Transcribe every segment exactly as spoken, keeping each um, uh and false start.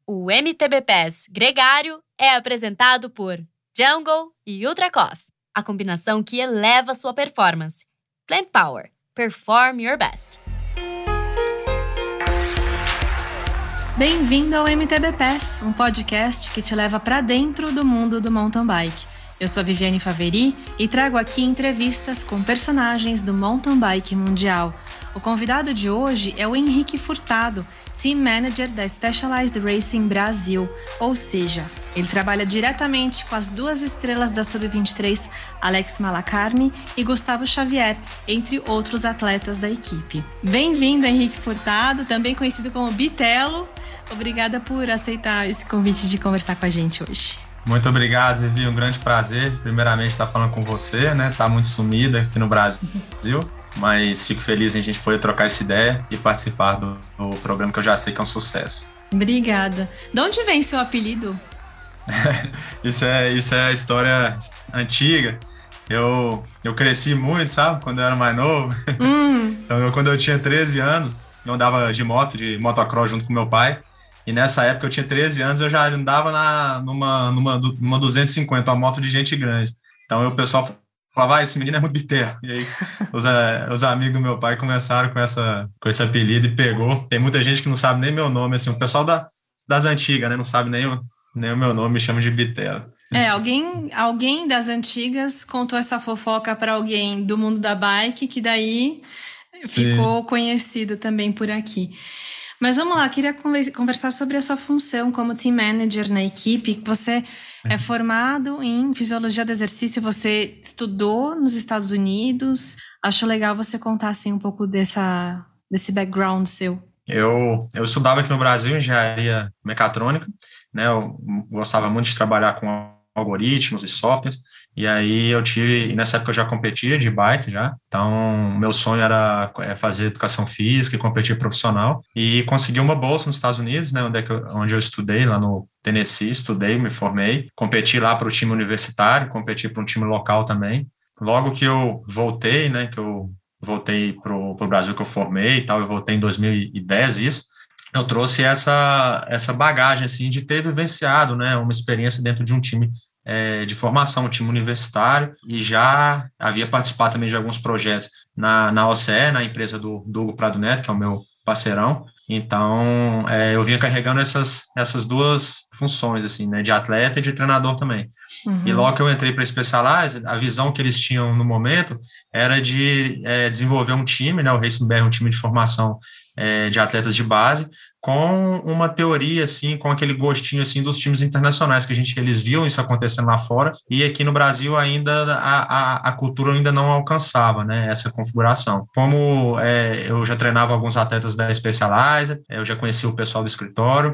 O M T B Pass Gregário é apresentado por Jungle e Ultra Coffee, a combinação que eleva sua performance. Plant Power. Perform your best. Bem-vindo ao M T B Pass, um podcast que te leva para dentro do mundo do mountain bike. Eu sou Viviane Faveri e trago aqui entrevistas com personagens do mountain bike mundial. O convidado de hoje é o Henrique Furtado, Team Manager da Specialized Racing Brasil, ou seja, ele trabalha diretamente com as duas estrelas da sub vinte e três, Alex Malacarne e Gustavo Xavier, entre outros atletas da equipe. Bem-vindo, Henrique Furtado, também conhecido como Bitelo. Obrigada por aceitar esse convite de conversar com a gente hoje. Muito obrigado, Vivi, um grande prazer. Primeiramente, estar falando com você, né? Tá muito sumida aqui no Brasil. Mas fico feliz em a gente poder trocar essa ideia e participar do, do programa que eu já sei que é um sucesso. Obrigada. De onde vem seu apelido? isso, é, isso é a história antiga. Eu, eu cresci muito, sabe? Quando eu era mais novo. Hum. Então, eu, quando eu tinha treze anos, eu andava de moto, de motocross junto com meu pai. E nessa época eu tinha treze anos, eu já andava na, numa, numa, numa duzentos e cinquenta, uma moto de gente grande. Então, o pessoal falava, ah, esse menino é muito biteiro. E aí, os, os amigos do meu pai começaram com, essa, com esse apelido e pegou. Tem muita gente que não sabe nem meu nome, assim, o pessoal da, das antigas, né? Não sabe nem o, nem o meu nome, me chama de Bitelo. É, alguém, alguém das antigas contou essa fofoca para alguém do mundo da bike, que daí ficou Sim. conhecido também por aqui. Mas vamos lá, queria conversar sobre a sua função como team manager na equipe. Você é formado em fisiologia do exercício, você estudou nos Estados Unidos. Acho legal você contar assim, um pouco dessa, desse background seu. Eu, eu estudava aqui no Brasil engenharia mecatrônica, né? Eu gostava muito de trabalhar com algoritmos e softwares, e aí eu tive, nessa época eu já competia de bike já, então meu sonho era fazer educação física e competir profissional, e consegui uma bolsa nos Estados Unidos, né, onde, é que eu, onde eu estudei, lá no Tennessee, estudei, me formei, competi lá para o time universitário, competi para um time local também. Logo que eu voltei, né, que eu voltei para o Brasil, que eu formei e tal, eu voltei em dois mil e dez, isso, eu trouxe essa, essa bagagem, assim, de ter vivenciado, né, uma experiência dentro de um time é, de formação, um time universitário, e já havia participado também de alguns projetos na, na O C E, na empresa do, do Hugo Prado Neto, que é o meu parceirão. Então, é, eu vinha carregando essas, essas duas funções, assim, né, de atleta e de treinador também. Uhum. E logo que eu entrei para a Specialized, a visão que eles tinham no momento era de é, desenvolver um time, né, o Racing B R, um time de formação é, de atletas de base, com uma teoria, assim, com aquele gostinho, assim, dos times internacionais, que a gente, eles viam isso acontecendo lá fora, e aqui no Brasil ainda a, a, a cultura ainda não alcançava, né, essa configuração. Como é, eu já treinava alguns atletas da Specialized, eu já conhecia o pessoal do escritório,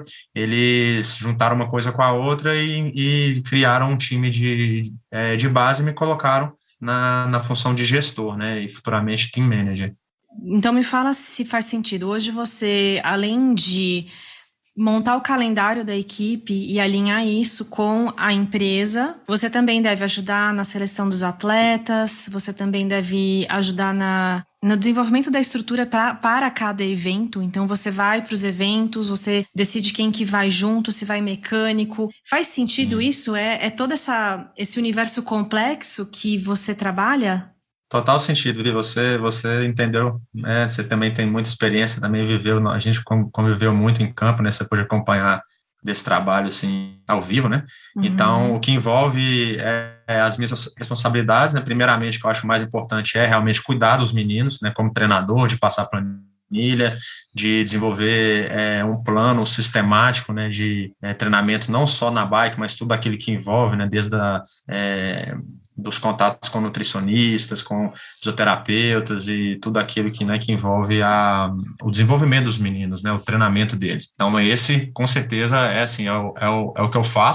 eles juntaram uma coisa com a outra e, e criaram um time de, é, de base e me colocaram na, na função de gestor, né, e futuramente team manager. Então me fala se faz sentido. Hoje você, além de montar o calendário da equipe e alinhar isso com a empresa, você também deve ajudar na seleção dos atletas, você também deve ajudar na, no desenvolvimento da estrutura pra, para cada evento. Então você vai para os eventos, você decide quem que vai junto, se vai mecânico. Faz sentido isso? É, é todo essa, esse universo complexo que você trabalha? Total sentido, Vivi, você, você entendeu, né? Você também tem muita experiência, também viveu, a gente conviveu muito em campo, né? Você pode acompanhar desse trabalho, assim, ao vivo, né? Uhum. Então, o que envolve é, é as minhas responsabilidades, né? Primeiramente, que eu acho mais importante é realmente cuidar dos meninos, né? Como treinador, de passar planilha, de desenvolver é, um plano sistemático, né? De é, treinamento, não só na bike, mas tudo aquilo que envolve, né? Desde a... É, dos contatos com nutricionistas, com fisioterapeutas e tudo aquilo que, né, que envolve a, o desenvolvimento dos meninos, né, o treinamento deles. Então, esse, com certeza, é, assim, é, o, é, o, é o que eu faço,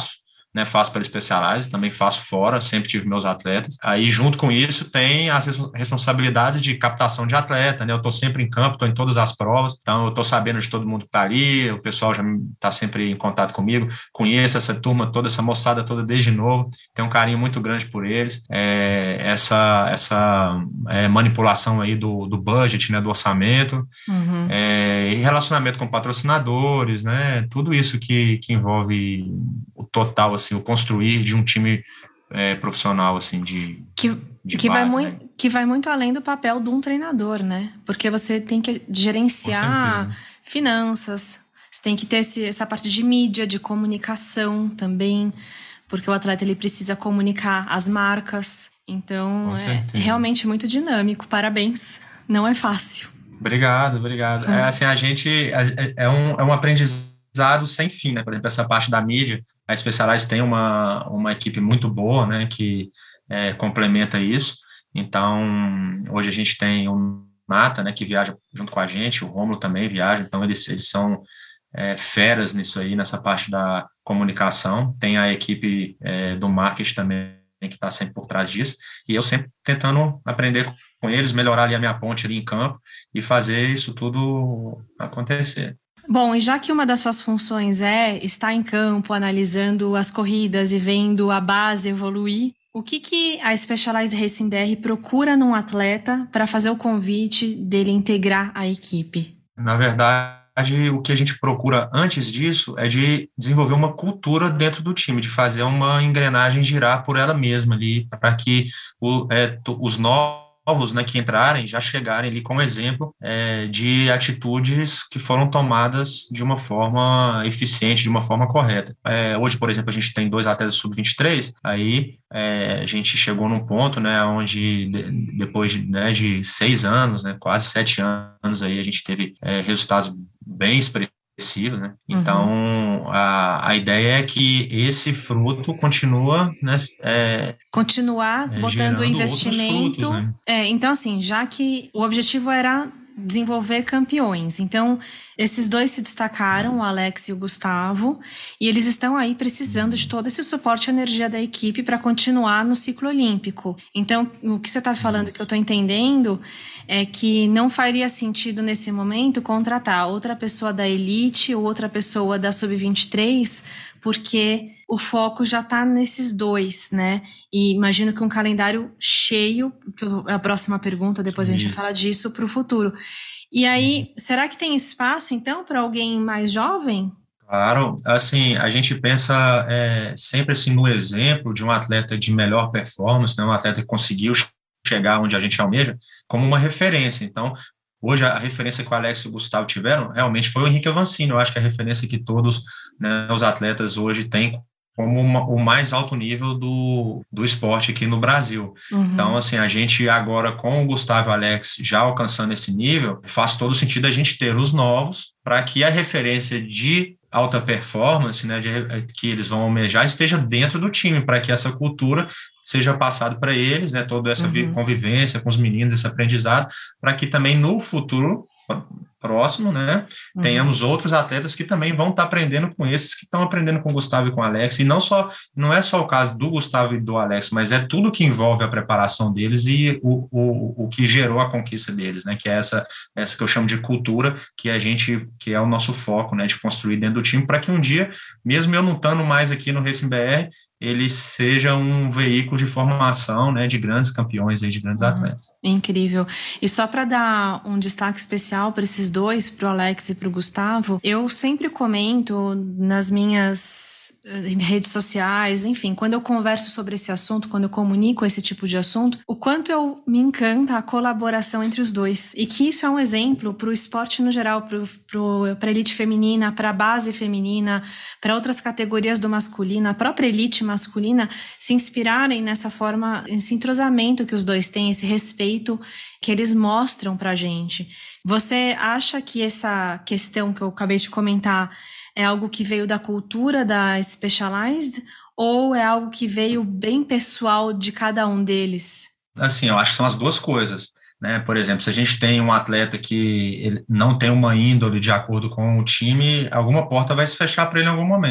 né, faço pela Specialized, também faço fora, sempre tive meus atletas. Aí, junto com isso, tem as responsabilidades de captação de atleta, né? Eu estou sempre em campo, estou em todas as provas, então eu estou sabendo de todo mundo que está ali, o pessoal já está sempre em contato comigo, conheço essa turma toda, essa moçada toda desde novo, tenho um carinho muito grande por eles. É, essa essa é, manipulação aí do, do budget, né, do orçamento, uhum. é, e relacionamento com patrocinadores, né? Tudo isso que, que envolve o total, assim, o construir de um time é, profissional, assim, de, que, de que, base, vai né? muito, que vai muito além do papel de um treinador, né? Porque você tem que gerenciar finanças, você tem que ter esse, essa parte de mídia, de comunicação também, porque o atleta ele precisa comunicar as marcas. Então, é realmente muito dinâmico. Parabéns. Não é fácil. Obrigado, obrigado. Hum. É, assim, a gente... É, é, um, é um aprendizado sem fim, né? Por exemplo, essa parte da mídia, a Specialized tem uma, uma equipe muito boa, né? Que é, complementa isso. Então, hoje a gente tem o Nata, né? Que viaja junto com a gente, o Rômulo também viaja. Então, eles, eles são é, feras nisso aí, nessa parte da comunicação. Tem a equipe é, do marketing também, que está sempre por trás disso, e eu sempre tentando aprender com eles, melhorar ali a minha ponte ali em campo e fazer isso tudo acontecer. Bom, e já que uma das suas funções é estar em campo, analisando as corridas e vendo a base evoluir, o que, que a Specialized Racing B R procura num atleta para fazer o convite dele integrar a equipe? Na verdade, o que a gente procura antes disso é de desenvolver uma cultura dentro do time, de fazer uma engrenagem girar por ela mesma ali, para que o, é, os novos, né, que entrarem já chegarem ali com exemplo é, de atitudes que foram tomadas de uma forma eficiente, de uma forma correta. É, hoje, por exemplo, a gente tem dois atletas sub vinte e três, aí é, a gente chegou num ponto, né, onde de, depois de, né, de seis anos, né, quase sete anos, aí a gente teve é, resultados bem expressivos, né? Então, uhum. a, a ideia é que esse fruto continua, né, é, continuar é, botando investimento. Frutos, né? É, então, assim, já que o objetivo era desenvolver campeões, então esses dois se destacaram, o Alex e o Gustavo, e eles estão aí precisando de todo esse suporte e energia da equipe para continuar no ciclo olímpico. Então, o que você está falando, Nossa. que eu estou entendendo, é que não faria sentido nesse momento contratar outra pessoa da elite ou outra pessoa da sub vinte e três, porque o foco já está nesses dois, né? E imagino que um calendário cheio, que a próxima pergunta, depois Isso. a gente vai falar disso para o futuro. E aí, será que tem espaço, então, para alguém mais jovem? Claro, assim, a gente pensa é, sempre assim, no exemplo de um atleta de melhor performance, né, um atleta que conseguiu chegar onde a gente almeja, como uma referência. Então, hoje a referência que o Alex e o Gustavo tiveram realmente foi o Henrique Avancini. Eu acho que a referência que todos, né, os atletas hoje têm como uma, o mais alto nível do, do esporte aqui no Brasil. Uhum. Então, assim, a gente agora, com o Gustavo e o Alex já alcançando esse nível, faz todo sentido a gente ter os novos para que a referência de alta performance, né, de, que eles vão almejar, esteja dentro do time, para que essa cultura seja passado para eles, né, toda essa uhum. convivência com os meninos, esse aprendizado, para que também no futuro próximo, né, uhum. tenhamos outros atletas que também vão estar tá aprendendo com esses que estão aprendendo com o Gustavo e com o Alex, e não só, não é só o caso do Gustavo e do Alex, mas é tudo que envolve a preparação deles e o, o, o que gerou a conquista deles, né, que é essa, essa que eu chamo de cultura, que a gente, que é o nosso foco, né, de construir dentro do time, para que um dia, mesmo eu não estando mais aqui no Racing B R, ele seja um veículo de formação, né, de grandes campeões, aí, de grandes uhum. atletas. Incrível. E só para dar um destaque especial para esses dois, para o Alex e para o Gustavo, eu sempre comento nas minhas redes sociais, enfim, quando eu converso sobre esse assunto, quando eu comunico esse tipo de assunto, o quanto eu me encanta a colaboração entre os dois. E que isso é um exemplo para o esporte no geral, para a elite feminina, para a base feminina, para outras categorias do masculino, a própria elite masculina, se inspirarem nessa forma, esse entrosamento que os dois têm, esse respeito que eles mostram pra gente. Você acha que essa questão que eu acabei de comentar é algo que veio da cultura da Specialized ou é algo que veio bem pessoal de cada um deles? Assim, eu acho que são as duas coisas, né? Por exemplo, se a gente tem um atleta que ele não tem uma índole de acordo com o time, alguma porta vai se fechar para ele em algum momento.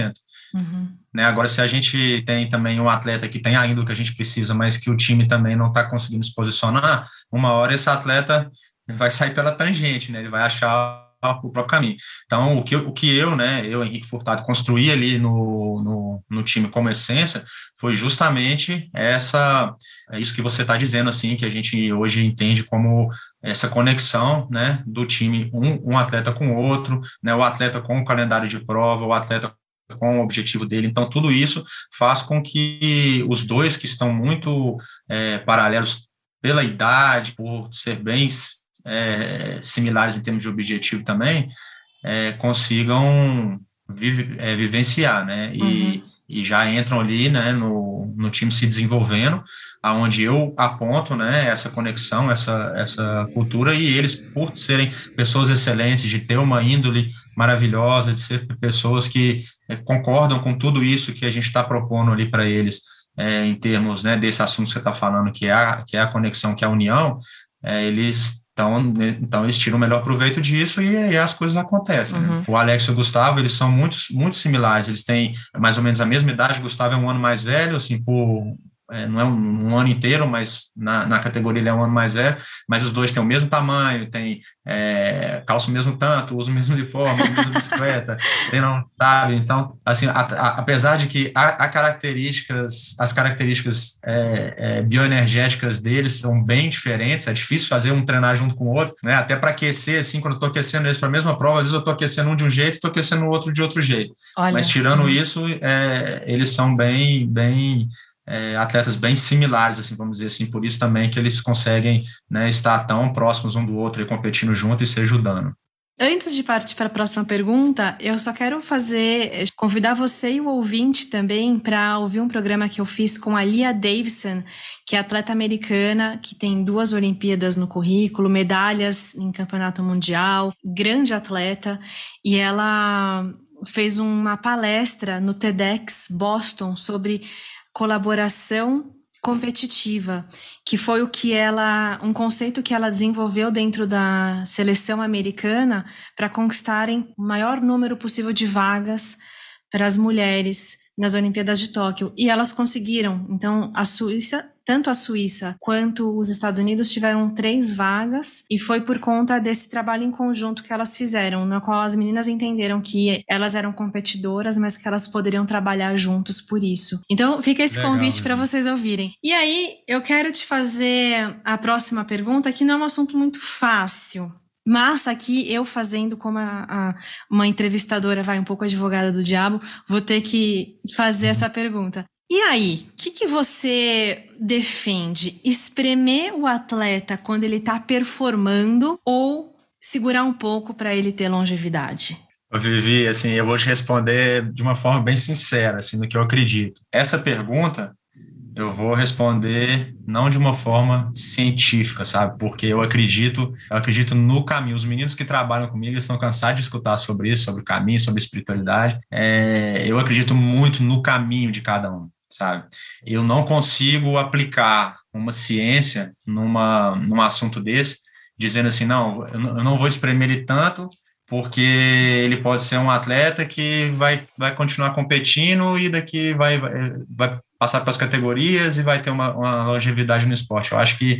Uhum. Né? Agora, se a gente tem também um atleta que tem ainda o que a gente precisa, mas que o time também não está conseguindo se posicionar, uma hora esse atleta vai sair pela tangente, né? Ele vai achar o próprio caminho. Então, o que, o que eu, né, eu, Henrique Furtado, construí ali no, no, no time como essência foi justamente essa, é isso que você está dizendo, assim, que a gente hoje entende como essa conexão, né, do time, um, um atleta com o outro, né, o atleta com o calendário de prova, o atleta com o objetivo dele. Então, tudo isso faz com que os dois que estão muito é, paralelos pela idade, por ser bem é, similares em termos de objetivo também, é, consigam vive, é, vivenciar, né? E, uhum. e já entram ali, né, no, no time se desenvolvendo, aonde eu aponto, né, essa conexão, essa, essa cultura, e eles, por serem pessoas excelentes, de ter uma índole maravilhosa, de ser pessoas que é, concordam com tudo isso que a gente está propondo ali para eles, é, em termos, né, desse assunto que você está falando, que é, a, que é a conexão, que é a união, é, eles estão, então eles tiram o melhor proveito disso e aí as coisas acontecem. Uhum. Né? O Alex e o Gustavo, eles são muito, muito similares, eles têm mais ou menos a mesma idade, o Gustavo é um ano mais velho, assim, por... É, não é um, um ano inteiro, mas na, na categoria ele é um ano mais velho, mas os dois têm o mesmo tamanho, tem, é, calçam o mesmo tanto, usam o mesmo uniforme, a mesma bicicleta, treinam, sabe? Então, assim, a, a, apesar de que há, há características, as características é, é, bioenergéticas deles são bem diferentes, é difícil fazer um treinar junto com o outro, né? Até para aquecer, assim, quando eu estou aquecendo eles para a mesma prova, às vezes eu estou aquecendo um de um jeito e estou aquecendo o outro de outro jeito. Olha. Mas tirando isso, é, eles são bem, bem É, atletas bem similares, assim, vamos dizer assim, por isso também que eles conseguem, né, estar tão próximos um do outro e competindo junto e se ajudando. Antes de partir para a próxima pergunta, eu só quero fazer, convidar você e o ouvinte também para ouvir um programa que eu fiz com a Lia Davison, que é atleta americana, que tem duas Olimpíadas no currículo, medalhas em campeonato mundial, grande atleta, e ela fez uma palestra no TEDx Boston sobre colaboração competitiva, que foi o que ela, um conceito que ela desenvolveu dentro da seleção americana para conquistarem o maior número possível de vagas para as mulheres nas Olimpíadas de Tóquio, e elas conseguiram. Então, a Suíça, tanto a Suíça quanto os Estados Unidos tiveram três vagas, e foi por conta desse trabalho em conjunto que elas fizeram, na qual as meninas entenderam que elas eram competidoras, mas que elas poderiam trabalhar juntos por isso. Então, fica esse Legal, convite para vocês ouvirem. E aí, eu quero te fazer a próxima pergunta, que não é um assunto muito fácil, mas aqui eu fazendo como a, a, uma entrevistadora, vai um pouco advogada do diabo, vou ter que fazer essa pergunta. E aí, o que, que você defende? Espremer o atleta quando ele está performando ou segurar um pouco para ele ter longevidade? Vivi, assim, eu vou te responder de uma forma bem sincera, assim, no que eu acredito. Essa pergunta eu vou responder não de uma forma científica, sabe? Porque eu acredito, eu acredito no caminho. Os meninos que trabalham comigo estão cansados de escutar sobre isso, sobre o caminho, sobre espiritualidade. É, eu acredito muito no caminho de cada um, sabe? Eu não consigo aplicar uma ciência numa, num assunto desse, dizendo assim, não, eu não vou espremer ele tanto, porque ele pode ser um atleta que vai, vai continuar competindo e daqui vai, vai, vai passar para as categorias e vai ter uma, uma longevidade no esporte. Eu acho que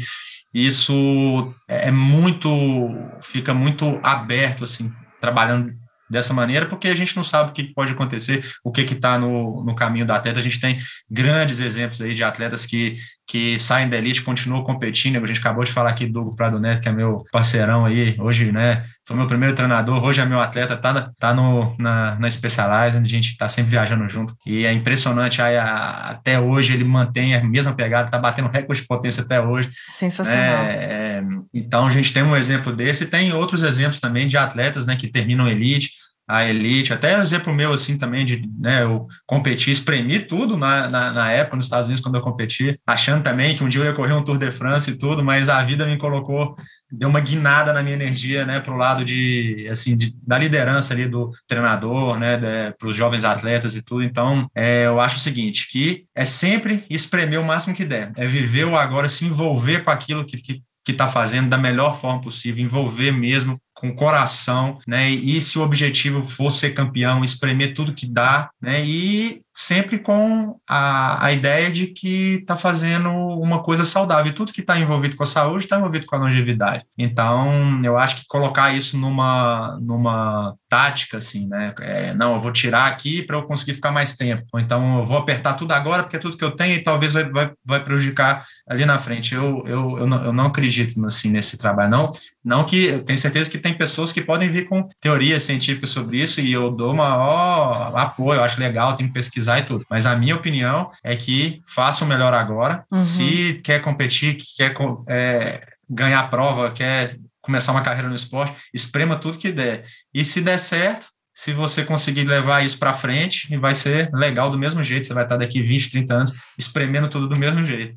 isso é muito, fica muito aberto, assim, trabalhando dessa maneira, porque a gente não sabe o que pode acontecer, o que está no, no caminho da atleta. A gente tem grandes exemplos aí de atletas que, que saem da elite, continuam competindo. A gente acabou de falar aqui do Hugo Prado Neto, que é meu parceirão aí, hoje, né, foi meu primeiro treinador, hoje é meu atleta, tá, tá no, na, na Specialized, a gente tá sempre viajando junto, e é impressionante, aí, a, até hoje ele mantém a mesma pegada, tá batendo recorde de potência até hoje. Sensacional. É, é, então a gente tem um exemplo desse, e tem outros exemplos também de atletas, né, que terminam elite, a elite, até um exemplo meu, assim, também, de, né, eu competi, espremi tudo na, na, na época, nos Estados Unidos, quando eu competi, achando também que um dia eu ia correr um Tour de France e tudo, mas a vida me colocou, deu uma guinada na minha energia, né, pro lado de, assim, de, da liderança ali do treinador, né, para os jovens atletas e tudo. Então, é, eu acho o seguinte, que é sempre espremer o máximo que der, é viver o agora, se envolver com aquilo que, que que está fazendo da melhor forma possível, envolver mesmo com coração, né? E, e se o objetivo for ser campeão, espremer tudo que dá, né? E sempre com a, a ideia de que está fazendo uma coisa saudável. E tudo que está envolvido com a saúde está envolvido com a longevidade. Então, eu acho que colocar isso numa, numa tática, assim, né? É, não, eu vou tirar aqui para eu conseguir ficar mais tempo. Ou então, eu vou apertar tudo agora porque é tudo que eu tenho e talvez vai, vai, vai prejudicar ali na frente. Eu, eu, eu, não, eu não acredito assim, nesse trabalho, não. Não que, eu tenho certeza que tem pessoas que podem vir com teorias científicas sobre isso e eu dou uma ó, apoio, eu acho legal, tem que pesquisar e tudo. Mas a minha opinião é que faça o melhor agora. Uhum. Se quer competir, quer é, ganhar a prova, quer começar uma carreira no esporte, esprema tudo que der. E se der certo, se você conseguir levar isso para frente, vai ser legal do mesmo jeito. Você vai estar daqui vinte, trinta anos espremendo tudo do mesmo jeito.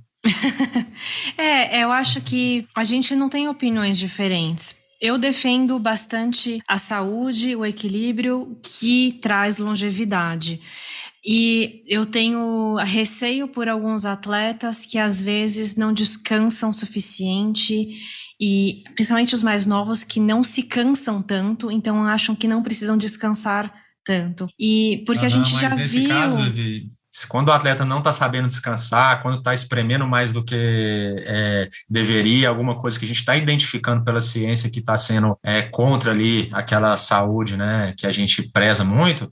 É, eu acho que a gente não tem opiniões diferentes. Eu defendo bastante a saúde, o equilíbrio que traz longevidade. E eu tenho receio por alguns atletas que às vezes não descansam o suficiente e principalmente os mais novos que não se cansam tanto, então acham que não precisam descansar tanto. E porque uhum, a gente já nesse viu... Caso, Vivi, quando o atleta não está sabendo descansar, quando está espremendo mais do que é, deveria, alguma coisa que a gente está identificando pela ciência que está sendo é, contra ali aquela saúde, né, que a gente preza muito,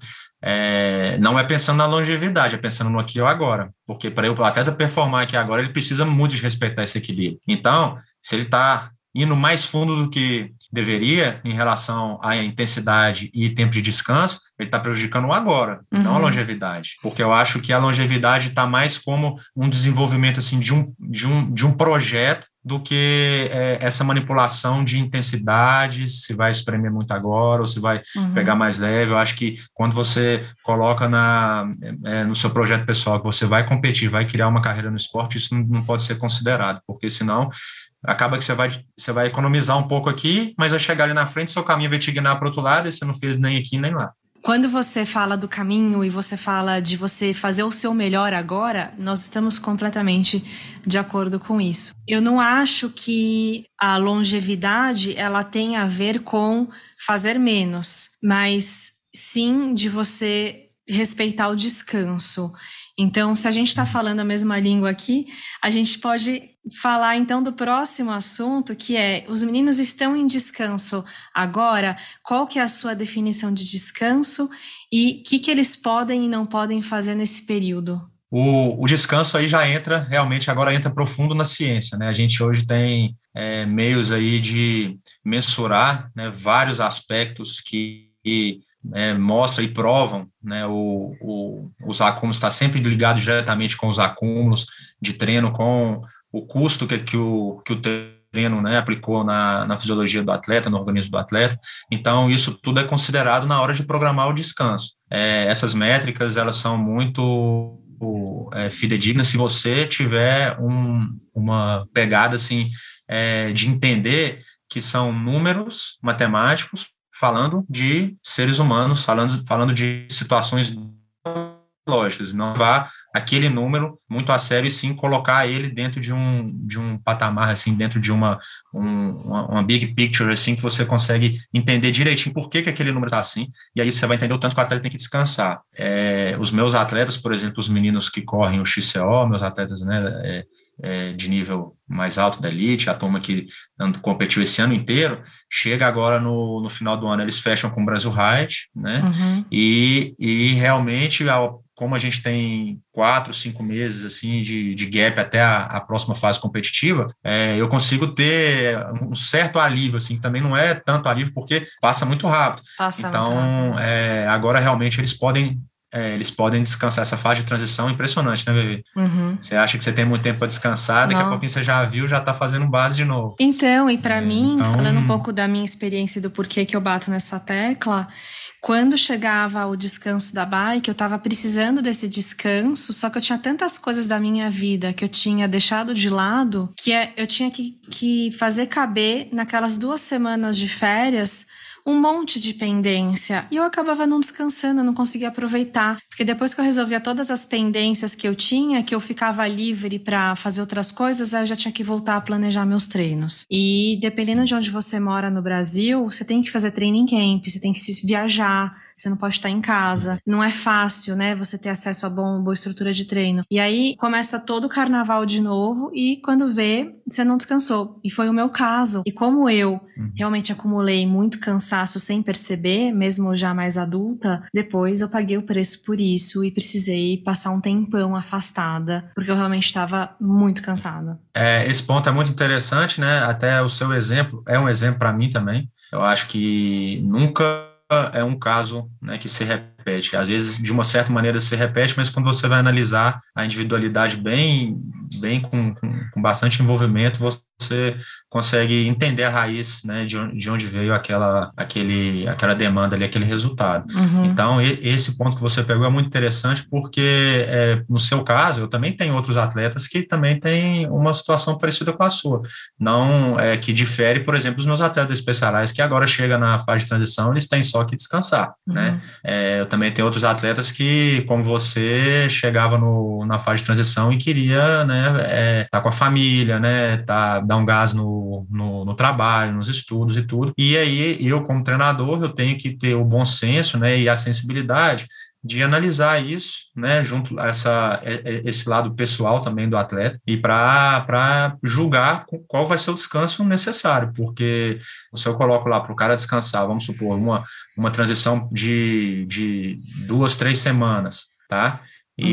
é, não é pensando na longevidade, é pensando no aqui ou agora. Porque para o atleta performar aqui agora, ele precisa muito de respeitar esse equilíbrio. Então, se ele está indo mais fundo do que deveria em relação à intensidade e tempo de descanso, ele está prejudicando o agora, uhum. não a longevidade. Porque eu acho que a longevidade está mais como um desenvolvimento assim, de, um, de, um, de um projeto do que é, essa manipulação de intensidade, se vai espremer muito agora ou se vai uhum. pegar mais leve. Eu acho que quando você coloca na, é, no seu projeto pessoal que você vai competir, vai criar uma carreira no esporte, isso não, não pode ser considerado, porque senão acaba que você vai, você vai economizar um pouco aqui, mas vai chegar ali na frente, seu caminho vai te guiar para o outro lado e você não fez nem aqui nem lá. Quando você fala do caminho e você fala de você fazer o seu melhor agora, nós estamos completamente de acordo com isso. Eu não acho que a longevidade ela tem a ver com fazer menos, mas sim de você respeitar o descanso. Então, se a gente está falando a mesma língua aqui, a gente pode falar então do próximo assunto, que é, os meninos estão em descanso agora, qual que é a sua definição de descanso e o que, que eles podem e não podem fazer nesse período? O, o descanso aí já entra, realmente agora entra profundo na ciência, né? A gente hoje tem é, meios aí de mensurar, né, vários aspectos que... que É, mostra e provam, né, o, o, os acúmulos, está sempre ligado diretamente com os acúmulos de treino, com o custo que, que, o, que o treino, né, aplicou na, na fisiologia do atleta, no organismo do atleta. Então, isso tudo é considerado na hora de programar o descanso. É, essas métricas, elas são muito é, fidedignas se você tiver um, uma pegada assim, é, de entender que são números matemáticos falando de seres humanos, falando, falando de situações lógicas, não levar aquele número muito a sério e sim colocar ele dentro de um, de um patamar, assim, dentro de uma, um, uma, uma big picture, assim, que você consegue entender direitinho por que, que aquele número está assim, e aí você vai entender o tanto que o atleta tem que descansar. É, os meus atletas, por exemplo, os meninos que correm o X C O, meus atletas, né, é, É, de nível mais alto da elite, a turma que competiu esse ano inteiro, chega agora no, no final do ano, eles fecham com o Brasil Ride, né, uhum. e, e realmente, como a gente tem quatro, cinco meses, assim, de, de gap até a, a próxima fase competitiva, é, eu consigo ter um certo alívio, assim, que também não é tanto alívio, porque passa muito rápido. Passa então, muito rápido. É, agora realmente eles podem É, eles podem descansar. Essa fase de transição é impressionante, né, Vivi? Uhum. Você acha que você tem muito tempo para descansar, daqui Não. a pouquinho você já viu, já está fazendo base de novo. Então, e para é, mim, então... falando um pouco da minha experiência e do porquê que eu bato nessa tecla, quando chegava o descanso da bike, eu estava precisando desse descanso, só que eu tinha tantas coisas da minha vida que eu tinha deixado de lado, que eu tinha que, que fazer caber naquelas duas semanas de férias um monte de pendência. E eu acabava não descansando, não conseguia aproveitar. Porque depois que eu resolvia todas as pendências que eu tinha, que eu ficava livre para fazer outras coisas, aí eu já tinha que voltar a planejar meus treinos. E dependendo de onde você mora no Brasil, você tem que fazer training camp, você tem que se viajar, você não pode estar em casa. Não é fácil, né, você ter acesso a bom, boa estrutura de treino. E aí começa todo o carnaval de novo e quando vê, você não descansou. E foi o meu caso. E como eu realmente acumulei muito cansaço sem perceber, mesmo já mais adulta, depois eu paguei o preço por isso e precisei passar um tempão afastada, porque eu realmente estava muito cansada. É, esse ponto é muito interessante, né? Até o seu exemplo é um exemplo para mim também. Eu acho que nunca é um caso, né, que se repete. Às vezes, de uma certa maneira, se repete, mas quando você vai analisar a individualidade bem, bem com, com, com bastante envolvimento, você consegue entender a raiz, né, de onde, de onde veio aquela, aquele, aquela demanda ali, aquele resultado. Uhum. Então, e, esse ponto que você pegou é muito interessante porque, é, no seu caso, eu também tenho outros atletas que também têm uma situação parecida com a sua. Não é que difere, por exemplo, os meus atletas especiais que agora chegam na fase de transição, eles têm só que descansar, uhum. né? É, eu também tenho outros atletas que, como você, chegava no, na fase de transição e queria, né, é, tá com a família, né, tá, dar um gás no, no, no trabalho, nos estudos e tudo. E aí, eu, como treinador, eu tenho que ter o bom senso, né, e a sensibilidade de analisar isso, né, junto a essa, esse lado pessoal também do atleta e para julgar qual vai ser o descanso necessário, porque se eu coloco lá para o cara descansar, vamos supor, uma, uma transição de, de duas, três semanas, tá?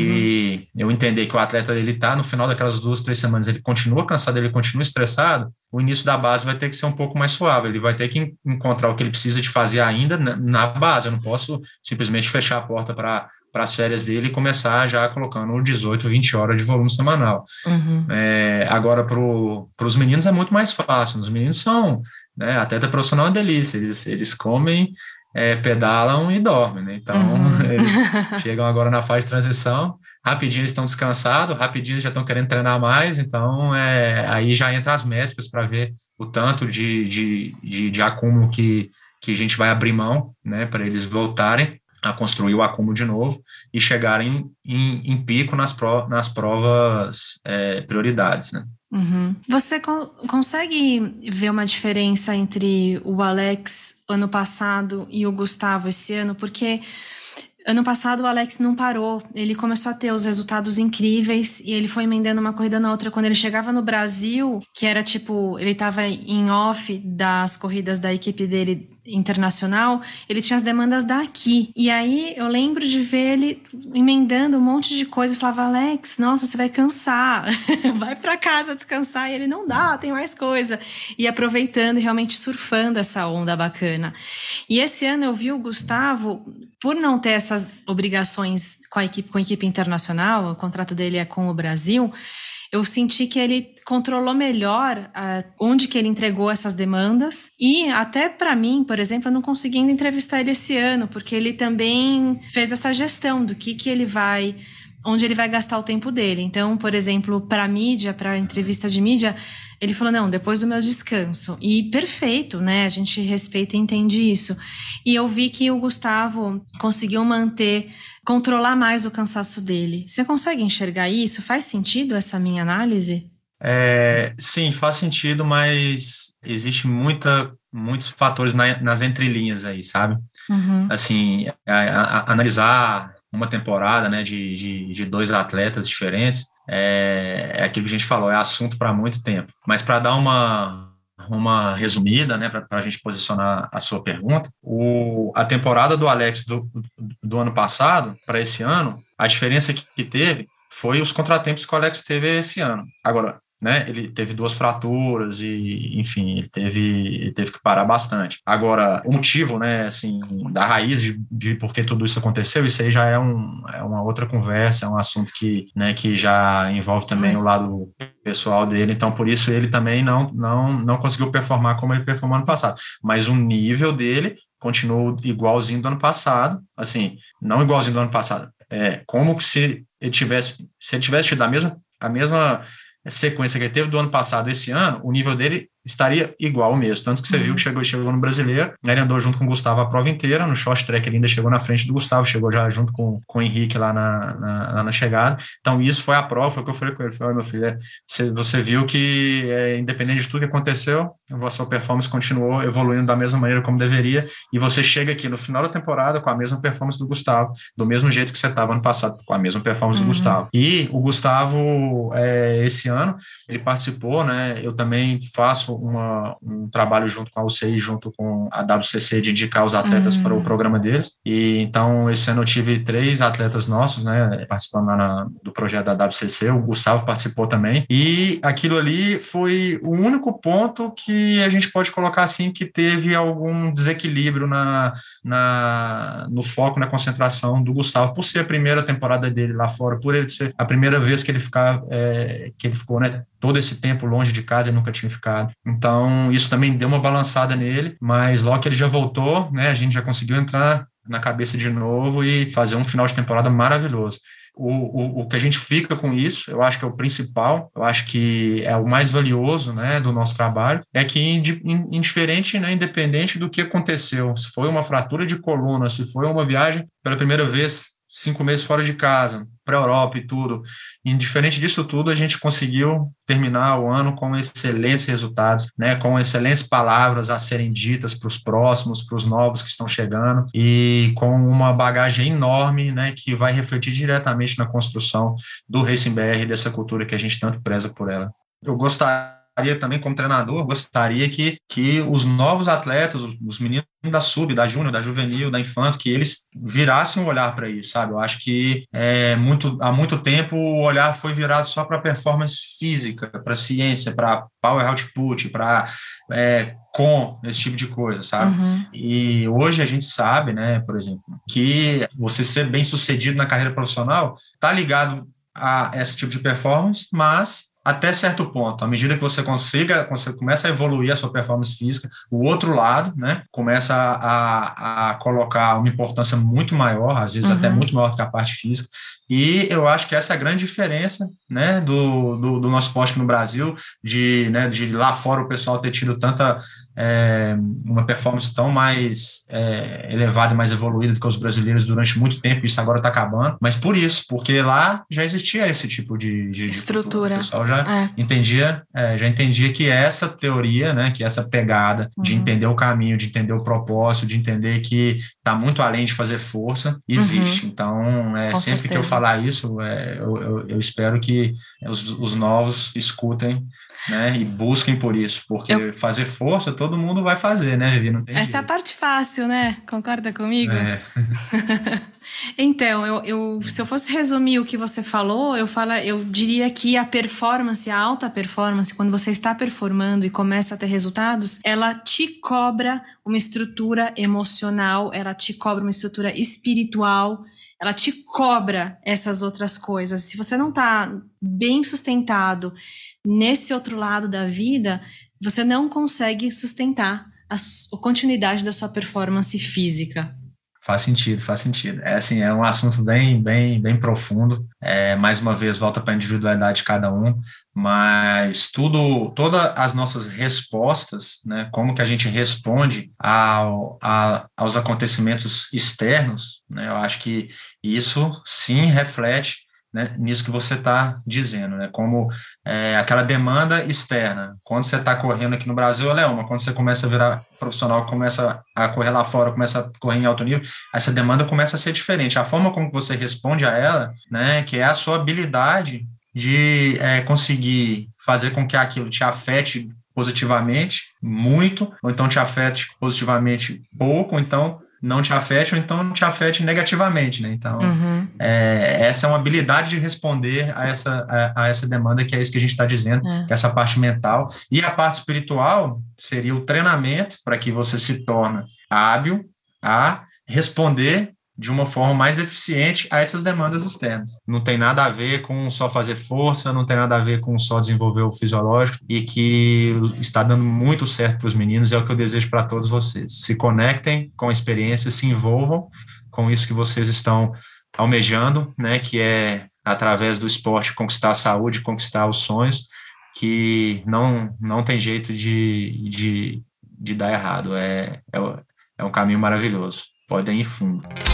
E uhum. eu entender que o atleta ele está no final daquelas duas, três semanas, ele continua cansado, ele continua estressado, o início da base vai ter que ser um pouco mais suave, ele vai ter que encontrar o que ele precisa de fazer ainda na, na base. Eu não posso simplesmente fechar a porta para as férias dele e começar já colocando dezoito, vinte horas de volume semanal. Uhum. É, agora, para os meninos é muito mais fácil, os meninos são, né, atleta profissional é uma delícia, eles, eles comem, É, pedalam e dormem, né? Então, uhum. eles chegam agora na fase de transição, rapidinho eles estão descansados, rapidinho eles já estão querendo treinar mais, então é, aí já entra as métricas para ver o tanto de, de, de, de acúmulo que, que a gente vai abrir mão, né, para eles voltarem a construir o acúmulo de novo e chegarem em, em pico nas, pro, nas provas é, prioridades, né? Uhum. Você co- consegue ver uma diferença entre o Alex ano passado e o Gustavo esse ano? Porque ano passado o Alex não parou, ele começou a ter os resultados incríveis e ele foi emendando uma corrida na outra. Quando ele chegava no Brasil, que era tipo, ele estava em off das corridas da equipe dele internacional, ele tinha as demandas daqui. E aí eu lembro de ver ele emendando um monte de coisa e falava, Alex, nossa, você vai cansar, vai pra casa descansar. E ele, não dá, tem mais coisa. E aproveitando e realmente surfando essa onda bacana. E esse ano eu vi o Gustavo, por não ter essas obrigações com a equipe, com a equipe internacional, o contrato dele é com o Brasil, eu senti que ele controlou melhor uh, onde que ele entregou essas demandas e até para mim, por exemplo, eu não consegui ainda entrevistar ele esse ano, porque ele também fez essa gestão do que que ele vai, onde ele vai gastar o tempo dele. Então, por exemplo, para mídia, para entrevista de mídia, ele falou, não, depois do meu descanso. E perfeito, né? A gente respeita e entende isso. E eu vi que o Gustavo conseguiu manter, controlar mais o cansaço dele. Você consegue enxergar isso? Faz sentido essa minha análise? É, sim, faz sentido, mas existe muita, muitos fatores na, nas entrelinhas aí, sabe? Uhum. Assim, a, a, a analisar uma temporada, né, de, de, de dois atletas diferentes, é, é aquilo que a gente falou, é assunto para muito tempo. Mas para dar uma, uma resumida, né, para a gente posicionar a sua pergunta, o, a temporada do Alex do, do ano passado para esse ano, a diferença que, que teve foi os contratempos que o Alex teve esse ano. Agora, né, ele teve duas fraturas e, enfim, ele teve, ele teve que parar bastante. Agora, o motivo, né, assim, da raiz de, de por que tudo isso aconteceu, isso aí já é, um, é uma outra conversa, é um assunto que, né, que já envolve também hum. o lado pessoal dele, então por isso ele também não, não, não conseguiu performar como ele performou ano passado, mas o nível dele continuou igualzinho do ano passado, assim, não igualzinho do ano passado, é como que se ele tivesse, se ele tivesse tido a mesma, a mesma sequência que ele teve do ano passado esse ano, o nível dele estaria igual mesmo, tanto que você uhum. viu que chegou, chegou no Brasileiro, né, ele andou junto com o Gustavo a prova inteira, no short track ele ainda chegou na frente do Gustavo, chegou já junto com, com o Henrique lá na, na, lá na chegada, então isso foi a prova, foi o que eu falei com ele, falei, meu filho, é, você, você viu que é, independente de tudo que aconteceu, a sua performance continuou evoluindo da mesma maneira como deveria, e você chega aqui no final da temporada com a mesma performance do Gustavo, do mesmo jeito que você estava ano passado, com a mesma performance uhum. do Gustavo. E o Gustavo, é, esse ano, ele participou, né, eu também faço uma, um trabalho junto com a U C I, junto com a W C C, de indicar os atletas uhum. para o programa deles, e então esse ano eu tive três atletas nossos, né, participando lá na, do projeto da W C C, o Gustavo participou também, e aquilo ali foi o único ponto que a gente pode colocar assim, que teve algum desequilíbrio na, na, no foco, na concentração do Gustavo, por ser a primeira temporada dele lá fora, por ele ser a primeira vez que ele, ficar, é, que ele ficou, né, todo esse tempo longe de casa, ele nunca tinha ficado. Então, isso também deu uma balançada nele, mas logo que ele já voltou, né, a gente já conseguiu entrar na cabeça de novo e fazer um final de temporada maravilhoso. O, o, o que a gente fica com isso, eu acho que é o principal, eu acho que é o mais valioso, né, do nosso trabalho, é que indiferente, né, independente do que aconteceu, se foi uma fratura de coluna, se foi uma viagem pela primeira vez, cinco meses fora de casa, para a Europa e tudo, indiferente disso tudo, a gente conseguiu terminar o ano com excelentes resultados, né, com excelentes palavras a serem ditas para os próximos, para os novos que estão chegando, e com uma bagagem enorme, né, que vai refletir diretamente na construção do Racing B R, dessa cultura que a gente tanto preza por ela. Eu gostaria também, como treinador, gostaria que, que os novos atletas, os, os meninos da sub, da júnior, da juvenil, da infanto, que eles virassem o olhar para isso, sabe? Eu acho que é, muito, há muito tempo o olhar foi virado só para performance física, para ciência, para power output, para é, com esse tipo de coisa, sabe? Uhum. E hoje a gente sabe, né, por exemplo, que você ser bem sucedido na carreira profissional está ligado a esse tipo de performance, mas até certo ponto, à medida que você consiga, você começa a evoluir a sua performance física, o outro lado, né, começa a, a colocar uma importância muito maior, às vezes uhum. até muito maior do que a parte física, e eu acho que essa é a grande diferença, né, do, do, do nosso esporte no Brasil, de, né, de lá fora o pessoal ter tido tanta, é, uma performance tão mais é, elevada e mais evoluída do que os brasileiros durante muito tempo, isso agora está acabando, mas por isso, porque lá já existia esse tipo de, de estrutura, de o pessoal já é. entendia, é, já entendia que essa teoria, né, que essa pegada uhum. de entender o caminho, de entender o propósito, de entender que está muito além de fazer força, existe. Uhum. Então, é, sempre certeza. que eu falar isso, é, eu, eu, eu espero que os, os novos escutem, né, e busquem por isso, porque eu... fazer força todo mundo vai fazer, né, Vivi? Não tem Essa jeito. é a parte fácil, né? Concorda comigo? É. Então, eu, eu, se eu fosse resumir o que você falou, eu, fala, eu diria que a performance, a alta performance, quando você está performando e começa a ter resultados, ela te cobra uma estrutura emocional, ela te cobra uma estrutura espiritual, ela te cobra essas outras coisas. Se você não está bem sustentado nesse outro lado da vida, você não consegue sustentar a, a continuidade da sua performance física. Faz sentido, faz sentido. É, assim, é um assunto bem, bem, bem profundo. É, mais uma vez, volta para a individualidade de cada um, mas tudo, todas as nossas respostas, né, como que a gente responde ao, a, aos acontecimentos externos, né, eu acho que isso sim reflete, né, nisso que você está dizendo, né, como é, aquela demanda externa. Quando você está correndo aqui no Brasil, ela é uma. Quando você começa a virar profissional, começa a correr lá fora, começa a correr em alto nível, essa demanda começa a ser diferente. A forma como você responde a ela, né, que é a sua habilidade de é, conseguir fazer com que aquilo te afete positivamente muito, ou então te afete positivamente pouco, ou então não te afete, ou então te afete negativamente, né? Então, uhum. é, essa é uma habilidade de responder a essa, a, a essa demanda, que é isso que a gente está dizendo, é. que é essa parte mental. E a parte espiritual seria o treinamento para que você se torne hábil a responder de uma forma mais eficiente a essas demandas externas. Não tem nada a ver com só fazer força, não tem nada a ver com só desenvolver o fisiológico, e que está dando muito certo para os meninos, é o que eu desejo para todos vocês. Se conectem com a experiência, se envolvam com isso que vocês estão almejando, né, que é, através do esporte, conquistar a saúde, conquistar os sonhos, que não, não tem jeito de, de, de dar errado. É, é, é um caminho maravilhoso. Podem ir fundo.